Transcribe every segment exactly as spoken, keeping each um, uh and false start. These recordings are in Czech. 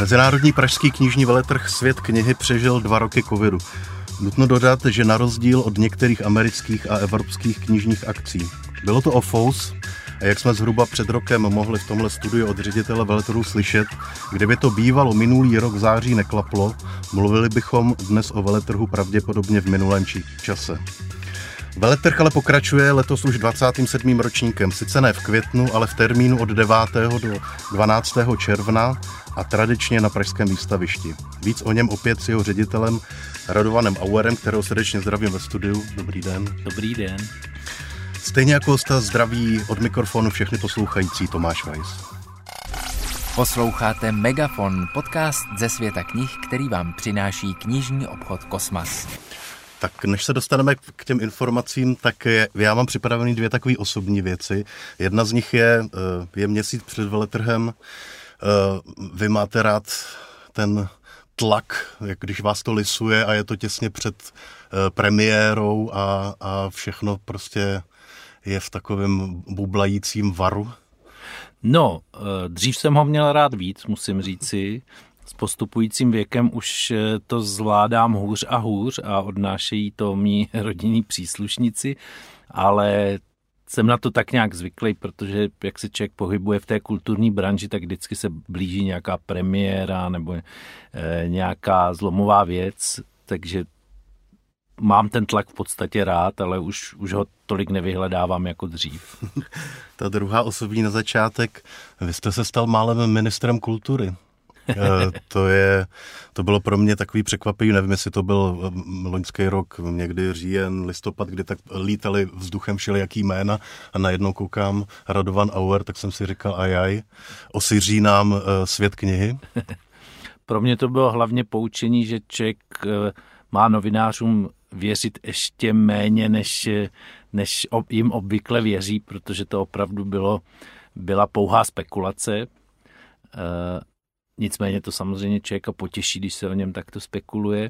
Mezinárodní pražský knižní veletrh Svět knihy přežil dva roky covidu. Nutno dodat, že na rozdíl od některých amerických a evropských knižních akcí. Bylo to o fous, a jak jsme zhruba před rokem mohli v tomhle studiu od ředitele veletrhu slyšet, kdyby to bývalo minulý rok v září neklaplo, mluvili bychom dnes o veletrhu pravděpodobně v minulém čase. Veletrh ale pokračuje letos už dvacátým sedmým ročníkem, sice ne v květnu, ale v termínu od devátého do dvanáctého června a tradičně na pražském výstavišti. Víc o něm opět s jeho ředitelem Radovanem Auerem, kterého srdečně zdravím ve studiu. Dobrý den. Dobrý den. Stejně jako hosta zdraví od mikrofonu všechny poslouchající Tomáš Weiss. Posloucháte Megafon, podcast ze světa knih, který vám přináší knižní obchod Kosmas. Tak než se dostaneme k těm informacím, tak je, já mám připravený dvě takové osobní věci. Jedna z nich je, je měsíc před veletrhem. Vy máte rád ten tlak, jak když vás to lisuje a je to těsně před premiérou a, a všechno prostě je v takovém bublajícím varu? No, dřív jsem ho měl rád víc, musím říci. S postupujícím věkem už to zvládám hůř a hůř a odnášejí to mí rodinní příslušníci, ale jsem na to tak nějak zvyklý, protože jak se člověk pohybuje v té kulturní branži, tak vždycky se blíží nějaká premiéra nebo nějaká zlomová věc, takže mám ten tlak v podstatě rád, ale už, už ho tolik nevyhledávám jako dřív. Ta druhá osobní na začátek, vy jste se stal málem ministrem kultury. To je, to bylo pro mě takový překvapivý, nevím, jestli to byl loňský rok, někdy říjen, listopad, kdy tak lítali vzduchem všelijaký jména a najednou koukám Radovan Auer, tak jsem si říkal ajaj, osiří nám svět knihy. Pro mě to bylo hlavně poučení, že člověk má novinářům věřit ještě méně, než, než jim obvykle věří, protože to opravdu bylo, byla pouhá spekulace. Nicméně to samozřejmě člověka potěší, když se o něm takto spekuluje.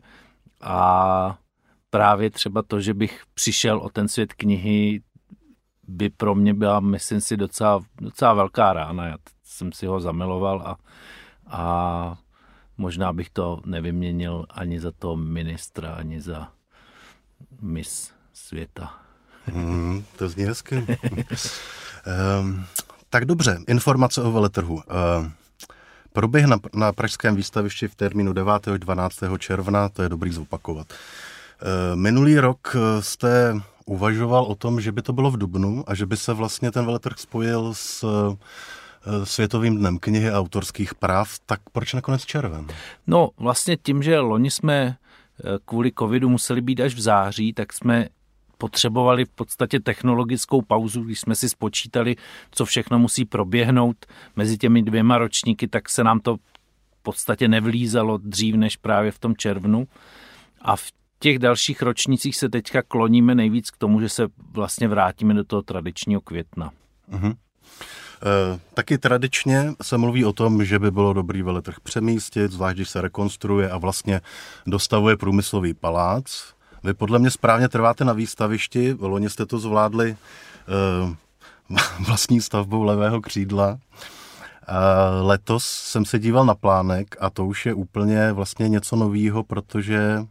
A právě třeba to, že bych přišel o ten svět knihy, by pro mě byla, myslím si, docela, docela velká rána. Já jsem si ho zamiloval a, a možná bych to nevyměnil ani za toho ministra, ani za mis světa. Mm, to zní hezky. um, tak dobře, informace o veletrhu. Uh, Proběh na, na pražském výstavišti v termínu devátého až dvanáctého června, to je dobrý zopakovat. Uh, minulý rok jste uvažoval o tom, že by to bylo v dubnu a že by se vlastně ten veletrh spojil s uh, Světovým dnem knihy a autorských práv, tak proč nakonec červen? No vlastně tím, že loni jsme kvůli covidu museli být až v září, tak jsme potřebovali v podstatě technologickou pauzu, když jsme si spočítali, co všechno musí proběhnout mezi těmi dvěma ročníky, tak se nám to v podstatě nevlízalo dřív než právě v tom červnu. A v těch dalších ročnících se teďka kloníme nejvíc k tomu, že se vlastně vrátíme do toho tradičního května. Mhm. E, taky tradičně se mluví o tom, že by bylo dobrý veletrh přemístit, zvlášť když se rekonstruuje a vlastně dostavuje průmyslový palác. Vy podle mě správně trváte na výstavišti, loni jste to zvládli e, vlastní stavbou levého křídla. A letos jsem se díval na plánek a to už je úplně vlastně něco novýho, protože e,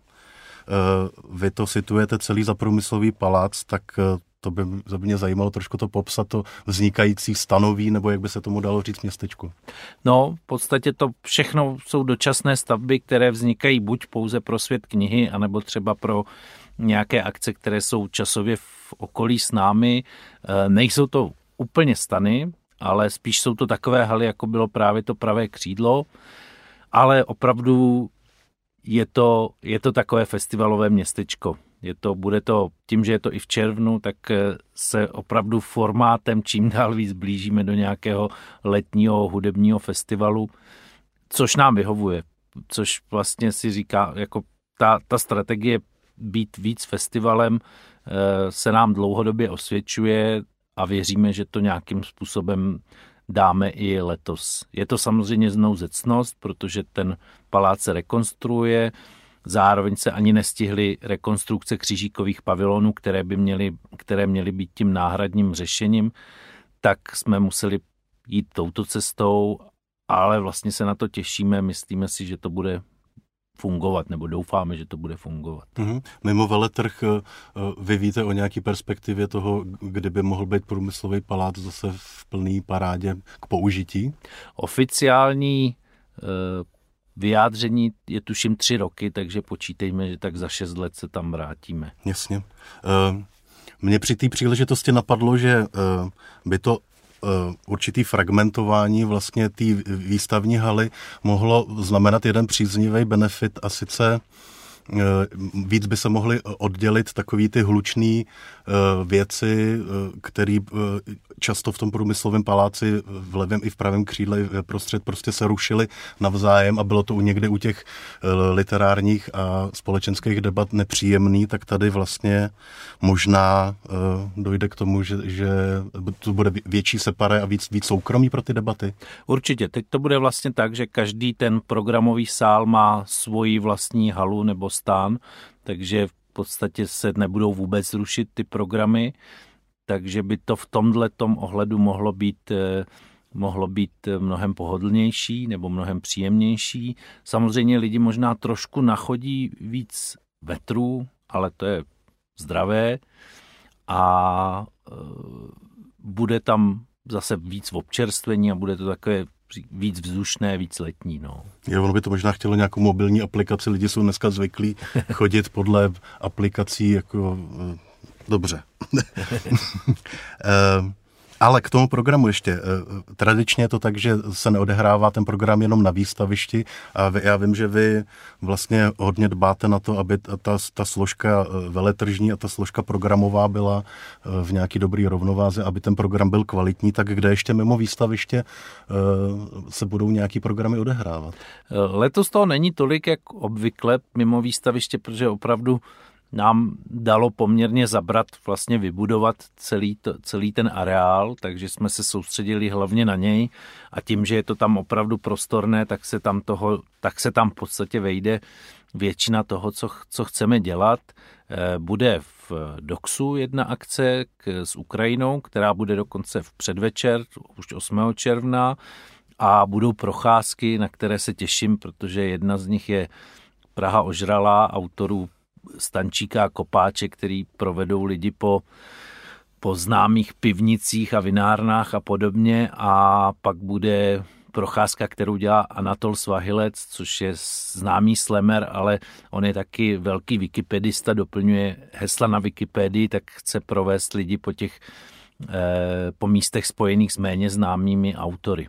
vy to situujete celý za průmyslový palác, tak to by, to by mě zajímalo trošku to popsat, to vznikající stanoví, nebo jak by se tomu dalo říct městečku. No, v podstatě to všechno jsou dočasné stavby, které vznikají buď pouze pro svět knihy, anebo třeba pro nějaké akce, které jsou časově v okolí s námi. Nejsou to úplně stany, ale spíš jsou to takové haly, jako bylo právě to pravé křídlo, ale opravdu je to, je to takové festivalové městečko. Je to, bude to, tím, že je to i v červnu, tak se opravdu formátem čím dál víc blížíme do nějakého letního hudebního festivalu, což nám vyhovuje, což vlastně si říká, jako ta, ta strategie být víc festivalem se nám dlouhodobě osvědčuje a věříme, že to nějakým způsobem dáme i letos. Je to samozřejmě znouzecnost, protože ten palác se rekonstruuje, zároveň se ani nestihly rekonstrukce křížíkových pavilonů, které by měly, které měly být tím náhradním řešením, tak jsme museli jít touto cestou ale vlastně se na to těšíme, myslíme si, že to bude fungovat, nebo doufáme, že to bude fungovat. Mm-hmm. Mimo veletrh vy víte o nějaký perspektivě toho, kdyby mohl být průmyslový palác zase v plný parádě k použití? Oficiální vyjádření je tuším tři roky, takže počítejme, že tak za šest let se tam vrátíme. Jasně. Mně při té příležitosti napadlo, že by to určitý fragmentování vlastně té výstavní haly mohlo znamenat jeden příznivý benefit, a sice víc by se mohly oddělit takový ty hlučný věci, které často v tom průmyslovém paláci v levém i v pravém křídle prostřed prostě se rušily navzájem a bylo to někde u těch literárních a společenských debat nepříjemný, tak tady vlastně možná dojde k tomu, že, že to bude větší separé a víc, víc soukromí pro ty debaty. Určitě. Teď to bude vlastně tak, že každý ten programový sál má svoji vlastní halu nebo stán, takže v podstatě se nebudou vůbec rušit ty programy, takže by to v tomhletom ohledu mohlo být, mohlo být mnohem pohodlnější nebo mnohem příjemnější. Samozřejmě lidi možná trošku nachodí víc vetru, ale to je zdravé a bude tam zase víc v občerstvení a bude to takové víc vzdušné, víc letní. No. Jo, ono by to možná chtělo nějakou mobilní aplikaci. Lidi jsou dneska zvyklí chodit podle aplikací jako... Dobře. Ale k tomu programu ještě. Tradičně je to tak, že se neodehrává ten program jenom na výstavišti a já vím, že vy vlastně hodně dbáte na to, aby ta, ta složka veletržní a ta složka programová byla v nějaký dobrý rovnováze, aby ten program byl kvalitní, tak kde ještě mimo výstaviště se budou nějaký programy odehrávat? Letos toho není tolik, jak obvykle mimo výstaviště, protože opravdu nám dalo poměrně zabrat vlastně vybudovat celý, to, celý ten areál, takže jsme se soustředili hlavně na něj a tím, že je to tam opravdu prostorné, tak se tam, toho, tak se tam v podstatě vejde většina toho, co, co chceme dělat. Bude v Doxu jedna akce k, s Ukrajinou, která bude dokonce v předvečer, už osmého června, a budou procházky, na které se těším, protože jedna z nich je Praha ožralá, autorů Stančíka a Kopáče, který provedou lidi po, po známých pivnicích a vinárnách a podobně, a pak bude procházka, kterou dělá Anatol Svahilec, což je známý slemer, ale on je taky velký wikipedista, doplňuje hesla na Wikipedii, tak chce provést lidi po těch eh, po místech spojených s méně známými autory.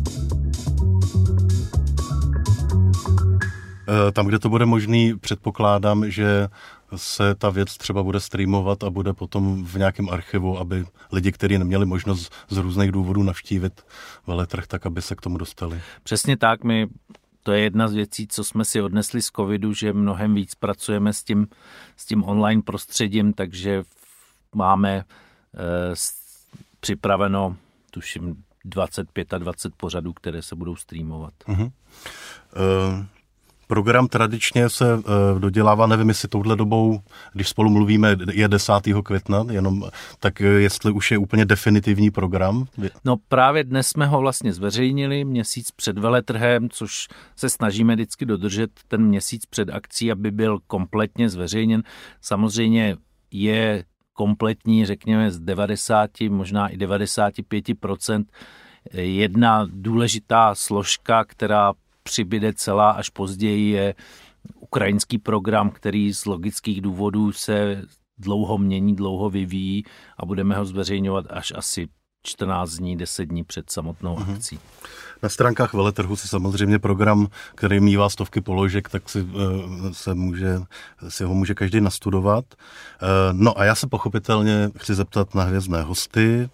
Tam, kde to bude možný, předpokládám, že se ta věc třeba bude streamovat a bude potom v nějakém archivu, aby lidi, kteří neměli možnost z různých důvodů navštívit veletrh, tak aby se k tomu dostali. Přesně tak, my, to je jedna z věcí, co jsme si odnesli z covidu, že mnohem víc pracujeme s tím, s tím online prostředím, takže máme eh, připraveno, tuším, dvacet pět a dvacet pořadů, které se budou streamovat. Uh-huh. Uh... Program tradičně se uh, dodělává, nevím, jestli touhle dobou, když spolu mluvíme, je desátého května, jenom tak jestli už je úplně definitivní program. No právě dnes jsme ho vlastně zveřejnili měsíc před veletrhem, což se snažíme vždycky dodržet ten měsíc před akcí, aby byl kompletně zveřejněn. Samozřejmě je kompletní, řekněme, z devadesát, možná i devadesát pět procent jedna důležitá složka, která přibyde celá až později, je ukrajinský program, který z logických důvodů se dlouho mění, dlouho vyvíjí a budeme ho zveřejňovat až asi čtrnáct dní, deset dní před samotnou uh-huh. akcí. Na stránkách veletrhu si samozřejmě program, který mívá stovky položek, tak si, se může, si ho může každý nastudovat. No a já se pochopitelně chci zeptat na hvězdné hosty.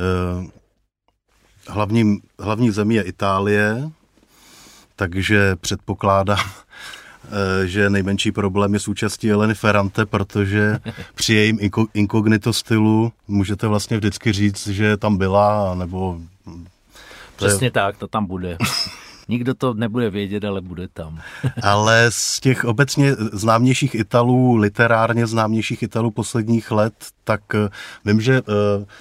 Hlavní, hlavní zemí je Itálie, takže předpokládám, že nejmenší problém je s účastí Eleny Ferrante, protože při jejím inkognito stylu můžete vlastně vždycky říct, že tam byla, nebo... Přesně tak, to tam bude. Nikdo to nebude vědět, ale bude tam. Ale z těch obecně známějších Italů, literárně známějších Italů posledních let, tak vím, že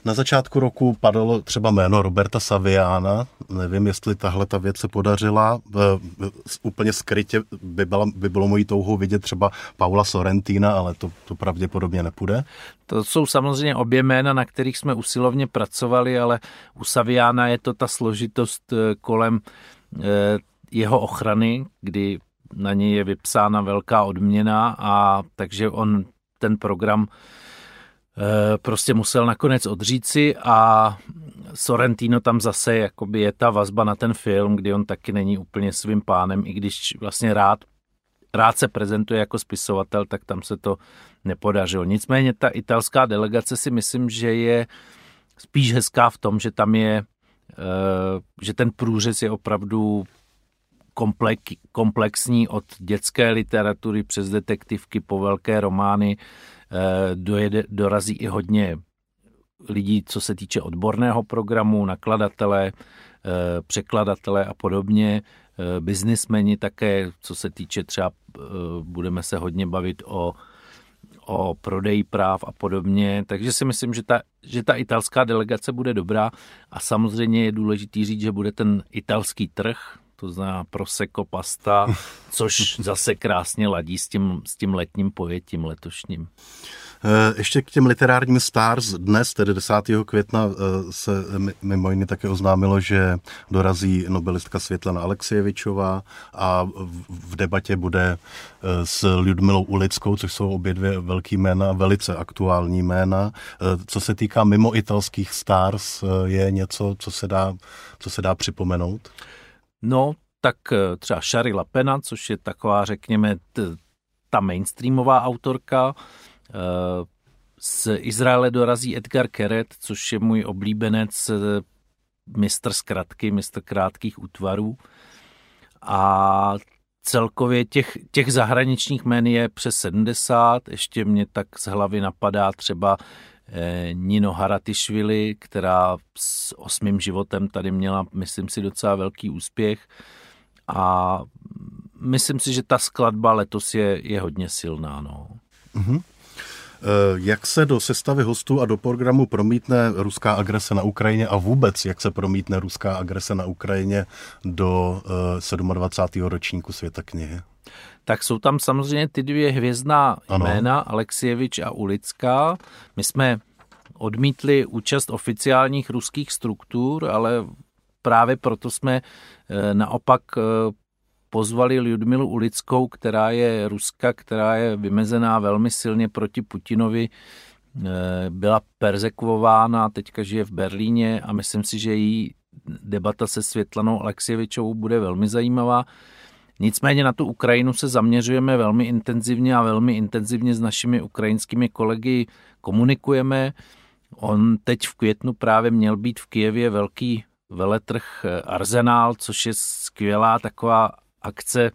Na začátku roku padalo třeba jméno Roberta Saviana. Nevím, jestli tahle ta věc se podařila. Úplně skrytě by, byla, by bylo mojí touhou vidět třeba Paula Sorrentina, ale to, to pravděpodobně nepůjde. To jsou samozřejmě obě jména, na kterých jsme usilovně pracovali, ale u Saviana je to ta složitost kolem jeho ochrany, kdy na něj je vypsána velká odměna, a takže on ten program prostě musel nakonec odříci, a Sorrentino tam zase jakoby je ta vazba na ten film, kdy on taky není úplně svým pánem, i když vlastně rád, rád se prezentuje jako spisovatel, tak tam se to nepodařilo. Nicméně ta italská delegace si myslím, že je spíš hezká v tom, že tam je, že ten průřez je opravdu komplexní od dětské literatury přes detektivky po velké romány. Dojede, dorazí i hodně lidí, co se týče odborného programu, nakladatele, překladatele a podobně, biznismeni také, co se týče třeba, budeme se hodně bavit o, o prodeji práv a podobně, takže si myslím, že ta, že ta italská delegace bude dobrá, a samozřejmě je důležitý říct, že bude ten italský trh, to znamená prosecco, pasta, což zase krásně ladí s tím, s tím letním pojetím letošním. Ještě k těm literárním stars. Dnes, tedy desátého května, se mimo jiné také oznámilo, že dorazí nobelistka Světlana Alexejevičová a v debatě bude s Ljudmilou Ulickou, což jsou obě dvě velký jména, velice aktuální jména. Co se týká mimo italských stars, je něco, co se dá, co se dá připomenout? No, tak třeba Shari Lapena, což je taková, řekněme, t, ta mainstreamová autorka. Z Izraele dorazí Edgar Keret, což je můj oblíbenec, mistr zkratky, mistr krátkých útvarů. A celkově těch, těch zahraničních jmén je přes sedmdesát. Ještě mě tak z hlavy napadá třeba Nino Haratišvili, která s Osmým životem tady měla, myslím si, docela velký úspěch, a myslím si, že ta skladba letos je, je hodně silná. No. Mm-hmm. Jak se do sestavy hostů a do programu promítne ruská agrese na Ukrajině a vůbec jak se promítne ruská agrese na Ukrajině do dvacátého sedmého ročníku Světa knihy? Tak jsou tam samozřejmě ty dvě hvězdná jména, Alexejevič a Ulická. My jsme odmítli účast oficiálních ruských struktur, ale právě proto jsme naopak pozvali Ljudmilu Ulickou, která je Ruska, která je vymezená velmi silně proti Putinovi, byla perzekvována, teďka žije v Berlíně, a myslím si, že její debata se Světlanou Alexejevičovou bude velmi zajímavá. Nicméně na tu Ukrajinu se zaměřujeme velmi intenzivně a velmi intenzivně s našimi ukrajinskými kolegy komunikujeme. On teď v květnu právě měl být v Kyjevě velký veletrh Arzenál, což je skvělá taková akce,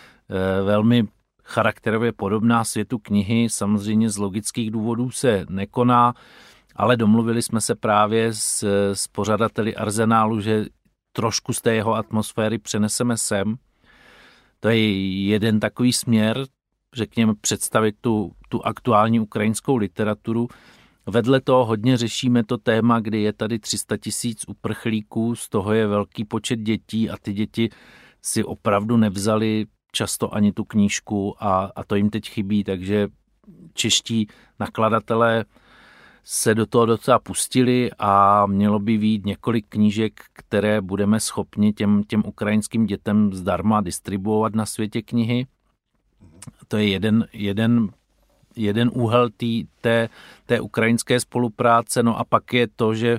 velmi charakterově podobná Světu knihy. Samozřejmě z logických důvodů se nekoná, ale domluvili jsme se právě s, s pořadateli Arzenálu, že trošku z té jeho atmosféry přeneseme sem. To je jeden takový směr, řekněme, představit tu, tu aktuální ukrajinskou literaturu. Vedle toho hodně řešíme to téma, kdy je tady tři sta tisíc uprchlíků, z toho je velký počet dětí a ty děti si opravdu nevzali často ani tu knížku, a, a to jim teď chybí, takže čeští nakladatelé se do toho docela pustili a mělo by vyjít několik knížek, které budeme schopni těm, těm ukrajinským dětem zdarma distribuovat na Světě knihy. To je jeden, jeden, jeden úhel tý, té, té ukrajinské spolupráce. No a pak je to, že,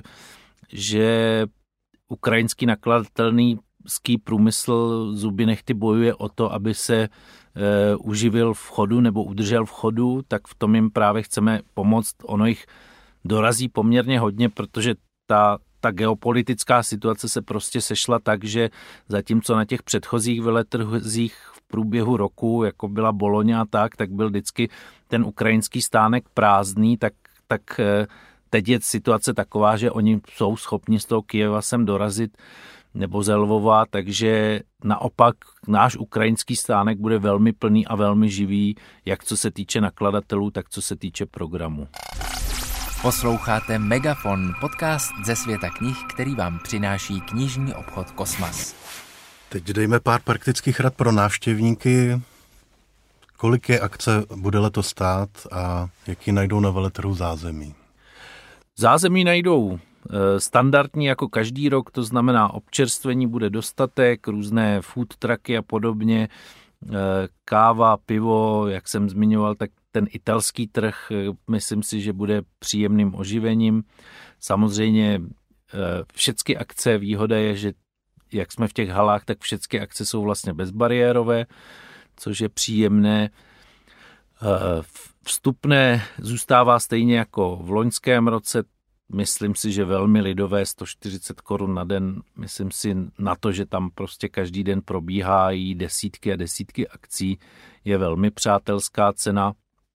že ukrajinský nakladatelský průmysl zuby nehty bojuje o to, aby se e, uživil v chodu nebo udržel v chodu, tak v tom jim právě chceme pomoct. Ono jich dorazí poměrně hodně, protože ta, ta geopolitická situace se prostě sešla tak, že zatímco na těch předchozích veletrzích v průběhu roku, jako byla Boloňa a tak, tak byl vždycky ten ukrajinský stánek prázdný, tak, tak teď je situace taková, že oni jsou schopni z toho Kyjeva sem dorazit nebo ze Lvova, takže naopak náš ukrajinský stánek bude velmi plný a velmi živý, jak co se týče nakladatelů, tak co se týče programu. Posloucháte Megafon, podcast ze světa knih, který vám přináší knižní obchod Kosmas. Teď dejme pár praktických rad pro návštěvníky. Kolik je akce bude letos stát a jaký najdou na veletrhu zázemí? Zázemí najdou standardní jako každý rok, to znamená občerstvení bude dostatek, různé food trucky a podobně, káva, pivo, jak jsem zmiňoval, tak ten italský trh, myslím si, že bude příjemným oživením. Samozřejmě všechny akce, výhoda je, že jak jsme v těch halách, tak všechny akce jsou vlastně bezbariérové, což je příjemné. Vstupné zůstává stejně jako v loňském roce, myslím si, že velmi lidové, sto čtyřicet korun na den, myslím si na to, že tam prostě každý den probíhají desítky a desítky akcí, je velmi přátelská cena.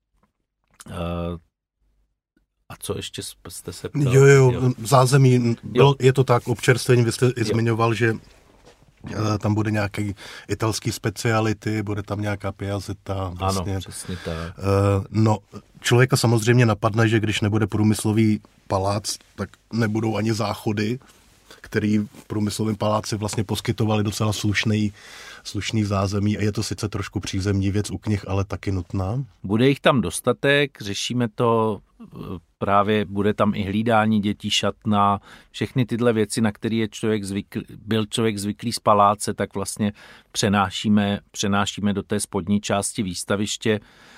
A co ještě jste se ptal? Jo, jo, jo. Zázemí, bylo, jo. Je to tak, občerstvení, vy jste i zmiňoval, že tam bude nějaký italský speciality, bude tam nějaká piazzetta. Vlastně. Ano, přesně tak. No, člověka samozřejmě napadne, že když nebude průmyslový palác, tak nebudou ani záchody, který v průmyslovém paláci vlastně poskytovali docela slušný, slušný zázemí a je to sice trošku přízemní věc u knih, ale taky nutná. Bude jich tam dostatek, řešíme to, právě bude tam i hlídání dětí, šatna, všechny tyhle věci, na které je člověk zvyklý, byl člověk zvyklý z paláce, tak vlastně přenášíme, přenášíme do té spodní části výstaviště.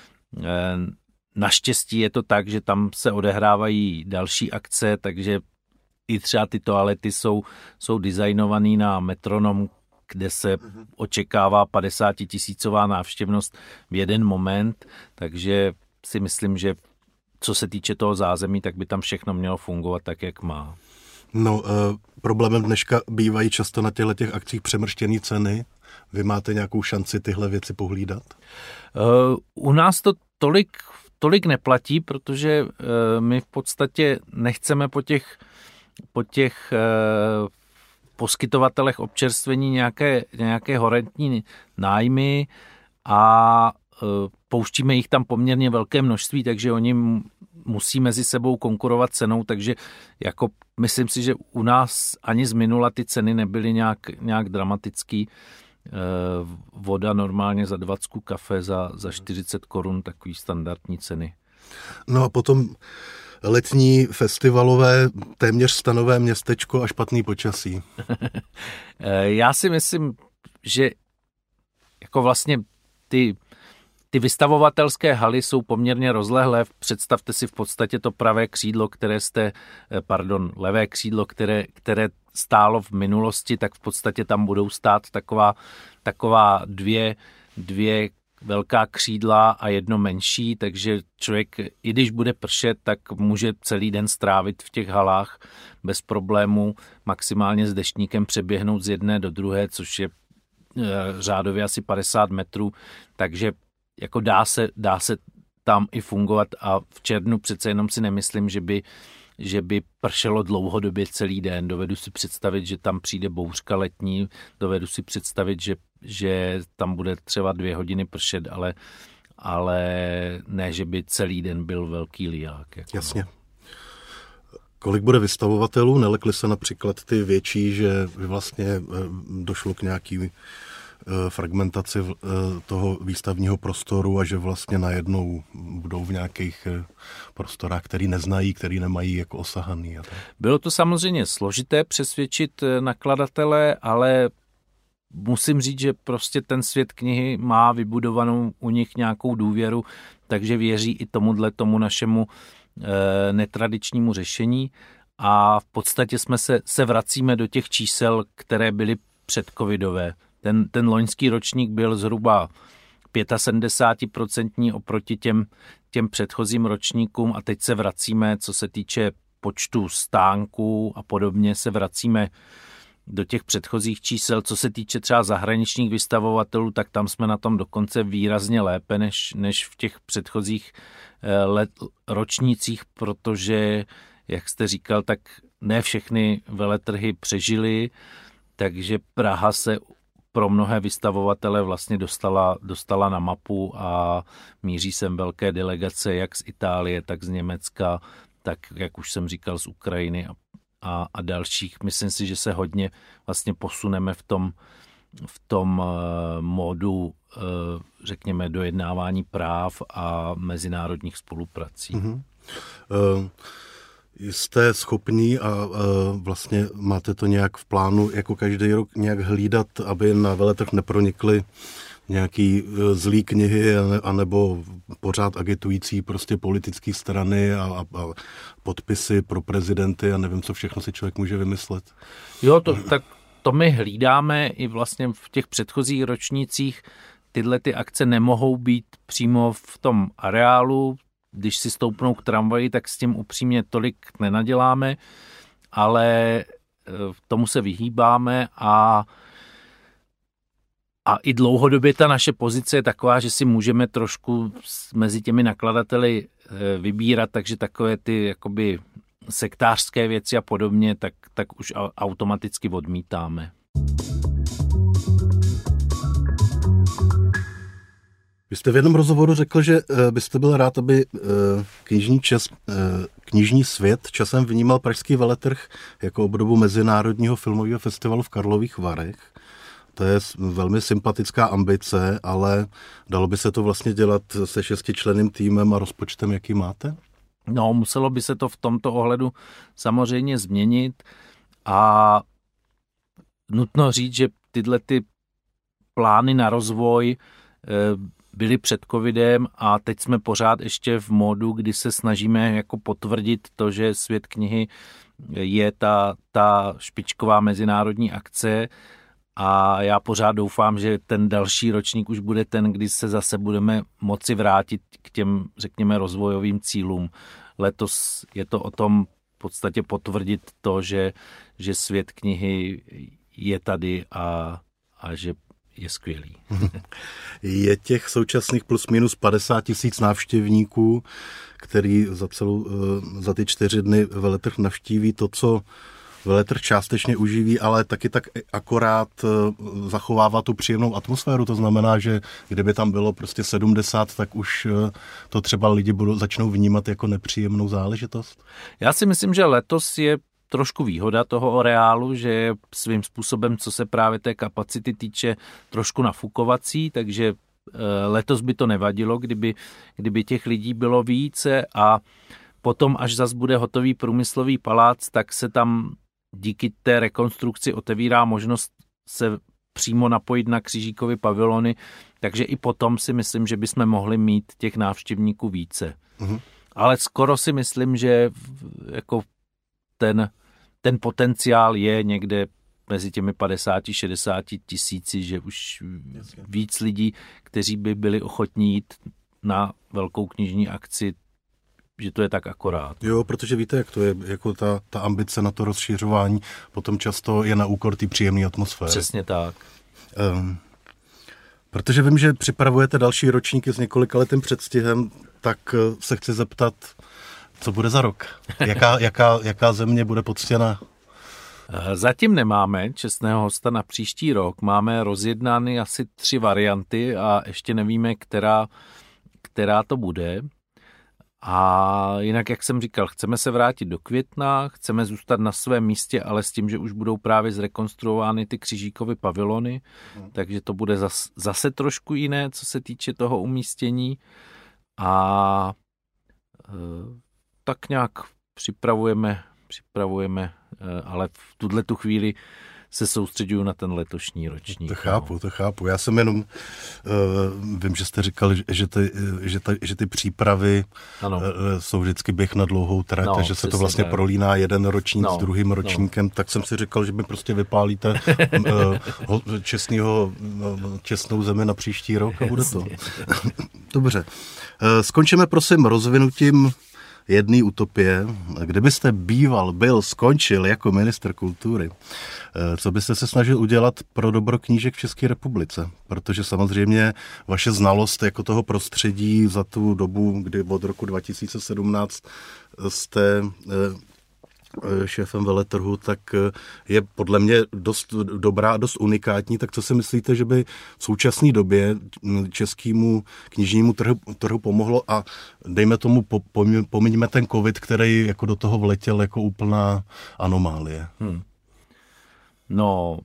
Naštěstí je to tak, že tam se odehrávají další akce, takže i třeba ty toalety jsou, jsou designované na metronom, kde se očekává padesátitisícová návštěvnost v jeden moment, takže si myslím, že co se týče toho zázemí, tak by tam všechno mělo fungovat tak, jak má. No, e, problémem dneška bývají často na těchto těch akcích přemrštěné ceny. Vy máte nějakou šanci tyhle věci pohlídat? E, u nás to tolik, tolik neplatí, protože e, my v podstatě nechceme po těch, po těch e, poskytovatelech občerstvení nějaké, nějaké horentní nájmy a pouštíme jich tam poměrně velké množství, takže oni musí mezi sebou konkurovat cenou, takže jako myslím si, že u nás ani z minula ty ceny nebyly nějak, nějak dramatický. Voda normálně za dvacet, kafe za, za čtyřicet korun, takový standardní ceny. No a potom letní festivalové téměř stanové městečko a špatný počasí. Já si myslím, že jako vlastně ty Ty vystavovatelské haly jsou poměrně rozlehlé. Představte si v podstatě to pravé křídlo, které jste, pardon, levé křídlo, které, které stálo v minulosti, tak v podstatě tam budou stát taková, taková dvě, dvě velká křídla a jedno menší, takže člověk, i když bude pršet, tak může celý den strávit v těch halách bez problémů, maximálně s deštníkem přeběhnout z jedné do druhé, což je řádově asi padesát metrů, takže jako dá se, dá se tam i fungovat a v červnu přece jenom si nemyslím, že by, že by pršelo dlouhodobě celý den. Dovedu si představit, že tam přijde bouřka letní, dovedu si představit, že, že tam bude třeba dvě hodiny pršet, ale, ale ne, že by celý den byl velký liják. Jako Jasně. No. Kolik bude vystavovatelů? Nelekli se například ty větší, že vlastně došlo k nějaký fragmentaci toho výstavního prostoru a že vlastně najednou budou v nějakých prostorách, který neznají, který nemají jako osahaný. A tak. Bylo to samozřejmě složité přesvědčit nakladatele, ale musím říct, že prostě ten svět knihy má vybudovanou u nich nějakou důvěru, takže věří i tomuhle tomu našemu e, netradičnímu řešení a v podstatě jsme se, se vracíme do těch čísel, které byly předcovidové. Ten, ten loňský ročník byl zhruba sedmdesát pět procent oproti těm, těm předchozím ročníkům a teď se vracíme, co se týče počtu stánků a podobně, se vracíme do těch předchozích čísel. Co se týče třeba zahraničních vystavovatelů, tak tam jsme na tom dokonce výrazně lépe než, než v těch předchozích let, ročnících, protože, jak jste říkal, tak ne všechny veletrhy přežily, takže Praha se pro mnohé vystavovatele vlastně dostala, dostala na mapu a míří sem velké delegace jak z Itálie, tak z Německa, tak jak už jsem říkal, z Ukrajiny a, a, a dalších. Myslím si, že se hodně vlastně posuneme v tom, v tom uh, módu, uh, řekněme, dojednávání práv a mezinárodních spoluprací. Mm-hmm. Uh... Jste schopní a, a vlastně máte to nějak v plánu jako každý rok nějak hlídat, aby na veletrh nepronikly nějaký zlý knihy anebo pořád agitující prostě politické strany a, a, a podpisy pro prezidenty a nevím, co všechno si člověk může vymyslet. Jo, to, tak to my hlídáme i vlastně v těch předchozích ročnících. Tyhle ty akce nemohou být přímo v tom areálu. Když si stoupnou k tramvaji, tak s tím upřímně tolik nenaděláme, ale tomu se vyhýbáme a, a i dlouhodobě ta naše pozice je taková, že si můžeme trošku mezi těmi nakladateli vybírat, takže takové ty jakoby sektářské věci a podobně, tak, tak už automaticky odmítáme. Vy jste v jednom rozhovoru řekl, že byste byl rád, aby knižní, čas, knižní svět časem vnímal pražský veletrh jako obdobu Mezinárodního filmového festivalu v Karlových Varech. To je velmi sympatická ambice, ale dalo by se to vlastně dělat se šestičlenným týmem a rozpočtem, jaký máte? No, muselo by se to v tomto ohledu samozřejmě změnit a nutno říct, že tyhle ty plány na rozvoj byli před covidem a teď jsme pořád ještě v módu, kdy se snažíme jako potvrdit to, že Svět knihy je ta, ta špičková mezinárodní akce a já pořád doufám, že ten další ročník už bude ten, kdy se zase budeme moci vrátit k těm, řekněme, rozvojovým cílům. Letos je to o tom v podstatě potvrdit to, že, že Svět knihy je tady a, a že je skvělý. Je těch současných plus minus padesát tisíc návštěvníků, který za, celou, za ty čtyři dny veletrh navštíví to, co veletrh částečně uživí, ale taky tak akorát zachovává tu příjemnou atmosféru. To znamená, že kdyby tam bylo prostě sedmdesát, tak už to třeba lidi budou, začnou vnímat jako nepříjemnou záležitost. Já si myslím, že letos je trošku výhoda toho areálu, že je svým způsobem, co se právě té kapacity týče, trošku nafukovací, takže letos by to nevadilo, kdyby, kdyby těch lidí bylo více a potom, až zas bude hotový průmyslový palác, tak se tam díky té rekonstrukci otevírá možnost se přímo napojit na Křížíkovy pavilony, takže i potom si myslím, že bychom mohli mít těch návštěvníků více. Mhm. Ale skoro si myslím, že jako ten, ten potenciál je někde mezi těmi padesáti šedesáti tisíci, že už víc lidí, kteří by byli ochotní jít na velkou knižní akci, že to je tak akorát. Jo, protože víte, jak to je, jako ta, ta ambice na to rozšiřování potom často je na úkor té příjemné atmosféry. Přesně tak. Um, protože vím, že připravujete další ročníky s několikaletým předstihem, tak se chci zeptat, co bude za rok? Jaká, jaká, jaká země bude poctěna? Zatím nemáme čestného hosta na příští rok. Máme rozjednány asi tři varianty a ještě nevíme, která, která to bude. A jinak, jak jsem říkal, chceme se vrátit do května, chceme zůstat na svém místě, ale s tím, že už budou právě zrekonstruovány ty Křížíkovy pavilony, hmm. takže to bude zas, zase trošku jiné, co se týče toho umístění. A e, tak nějak připravujeme, připravujeme, ale v tuhle tu chvíli se soustředuju na ten letošní ročník. To chápu, no. to chápu. Já jsem jenom, uh, vím, že jste říkal, že ty, že ta, že ty přípravy uh, jsou vždycky běh na dlouhou trať, no, a že se to vlastně tak prolíná jeden ročník no, s druhým ročníkem, no. tak jsem si říkal, že mi prostě vypálíte uh, čestnýho, uh, čestnou zemi na příští rok a bude to. Dobře. Uh, skončíme prosím rozvinutím jedné utopie. Kdybyste býval, byl, skončil jako ministr kultury, co byste se snažil udělat pro dobro knížek v České republice? Protože samozřejmě vaše znalost jako toho prostředí za tu dobu, kdy od roku dva tisíce sedmnáct jste šéfem veletrhu, tak je podle mě dost dobrá a dost unikátní. Tak co si myslíte, že by v současné době českému knižnímu trhu, trhu pomohlo a dejme tomu, pomiňme ten covid, který jako do toho vletěl jako úplná anomálie? Hmm. No,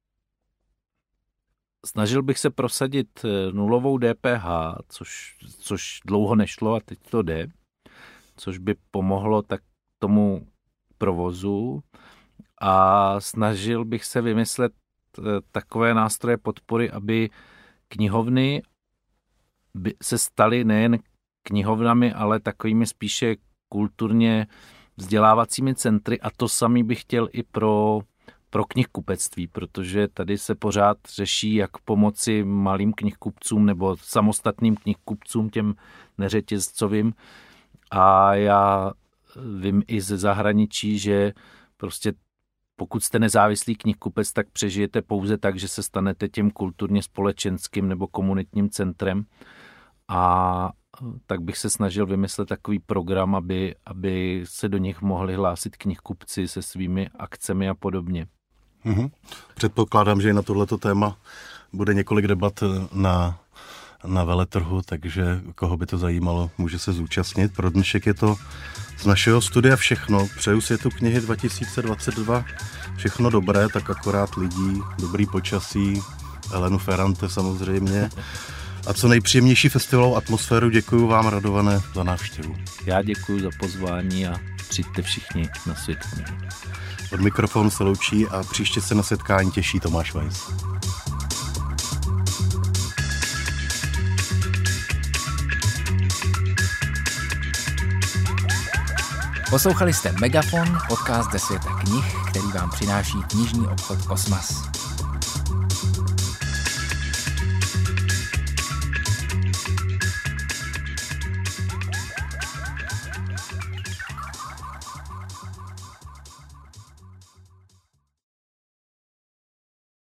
snažil bych se prosadit nulovou D P H, což, což dlouho nešlo a teď to jde, což by pomohlo tak tomu provozu, a snažil bych se vymyslet takové nástroje podpory, aby knihovny by se staly nejen knihovnami, ale takovými spíše kulturně vzdělávacími centry, a to samý bych chtěl i pro, pro knihkupectví, protože tady se pořád řeší, jak pomoci malým knihkupcům nebo samostatným knihkupcům, těm neřetězcovým, a já vím i ze zahraničí, že prostě pokud jste nezávislý knihkupec, tak přežijete pouze tak, že se stanete tím kulturně společenským nebo komunitním centrem, a tak bych se snažil vymyslet takový program, aby, aby se do nich mohli hlásit knihkupci se svými akcemi a podobně. Mm-hmm. Předpokládám, že i na tohleto téma bude několik debat na na veletrhu, takže koho by to zajímalo, může se zúčastnit. Pro dnešek je to z našeho studia všechno. Přeju Světu knihy dva tisíce dvacet dva všechno dobré, tak akorát lidí, dobrý počasí, Elenu Ferrante samozřejmě. A co nejpříjemnější festivalovou atmosféru. Děkuji vám, Radované, za návštěvu. Já děkuji za pozvání a přijďte všichni na Svět knihy. Od mikrofonu se loučí a příště se na setkání těší Tomáš Weiss. Poslouchali jste Megafon, podcast ze světa knih, který vám přináší knižní obchod Kosmas.